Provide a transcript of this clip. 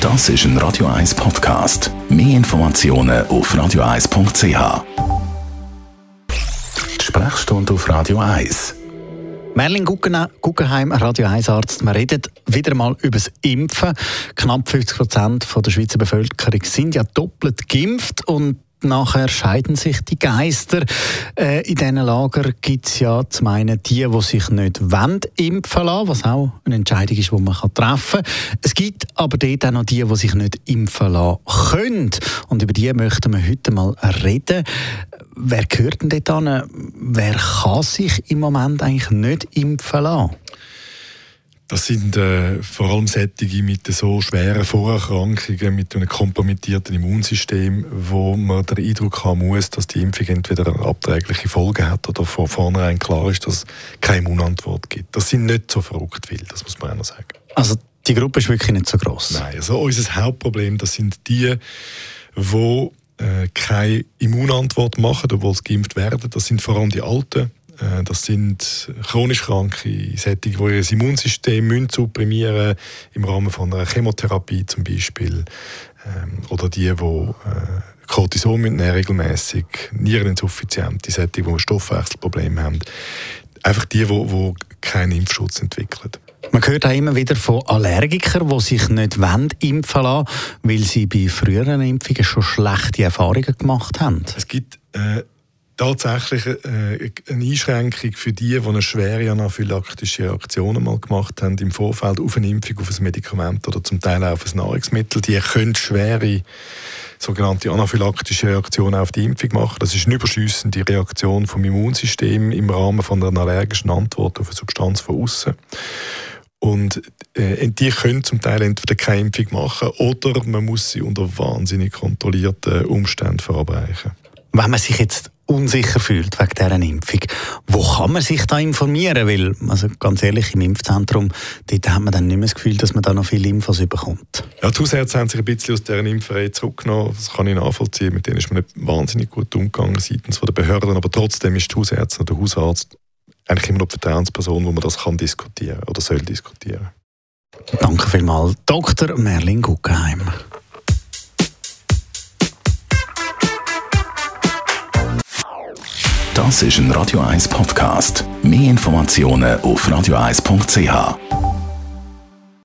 Das ist ein Radio 1 Podcast. Mehr Informationen auf radio1.ch. Die Sprechstunde auf Radio 1. Merlin Guggenheim, Radio 1 Arzt. Wir reden wieder mal über das Impfen. Knapp 50% der Schweizer Bevölkerung sind ja doppelt geimpft und nachher scheiden sich die Geister. In diesen Lagern gibt es ja zum einen die sich nicht impfen lassen, was auch eine Entscheidung ist, die man treffen kann. Es gibt aber dort auch noch die sich nicht impfen lassen können. Und über die möchten wir heute mal reden. Wer gehört denn dort an? Wer kann sich im Moment eigentlich nicht impfen lassen? Das sind vor allem solche mit so schweren Vorerkrankungen, mit einem kompromittierten Immunsystem, wo man den Eindruck haben muss, dass die Impfung entweder eine abträgliche Folge hat oder von vornherein klar ist, dass es keine Immunantwort gibt. Das sind nicht so verrückt viele, das muss man auch noch sagen. Also die Gruppe ist wirklich nicht so gross? Nein, also unser Hauptproblem, das sind die keine Immunantwort machen, obwohl sie geimpft werden. Das sind vor allem die Alten. Das sind chronisch Kranke, solche, die ihr Immunsystem supprimieren müssen, im Rahmen von einer Chemotherapie zum Beispiel. Oder die Cortison nehmen regelmäßig, Niereninsuffiziente, solche, die Stoffwechselprobleme haben. Einfach die keinen Impfschutz entwickeln. Man hört auch immer wieder von Allergikern, die sich nicht impfen lassen, weil sie bei früheren Impfungen schon schlechte Erfahrungen gemacht haben. Es gibt tatsächlich eine Einschränkung für die eine schwere anaphylaktische Reaktion mal gemacht haben im Vorfeld auf eine Impfung, auf ein Medikament oder zum Teil auch auf ein Nahrungsmittel. Die können schwere sogenannte anaphylaktische Reaktionen auf die Impfung machen. Das ist eine überschüssende Reaktion vom Immunsystem im Rahmen von einer allergischen Antwort auf eine Substanz von außen. Und die können zum Teil entweder keine Impfung machen oder man muss sie unter wahnsinnig kontrollierten Umständen verabreichen. Wenn man sich jetzt unsicher fühlt wegen dieser Impfung, wo kann man sich da informieren? Weil, also ganz ehrlich, im Impfzentrum dort hat man dann nicht mehr das Gefühl, dass man da noch viele Infos bekommt. Ja, die Hausärzte haben sich ein bisschen aus dieser Impferei zurückgenommen. Das kann ich nachvollziehen. Mit denen ist man nicht wahnsinnig gut umgegangen seitens der Behörden. Aber trotzdem ist die Hausärztin oder der Hausarzt eigentlich immer noch die Vertrauensperson, wo man das kann diskutieren oder soll diskutieren. Danke vielmals, Dr. Merlin Guggenheim. Das ist ein Radio 1 Podcast. Mehr Informationen auf radio1.ch.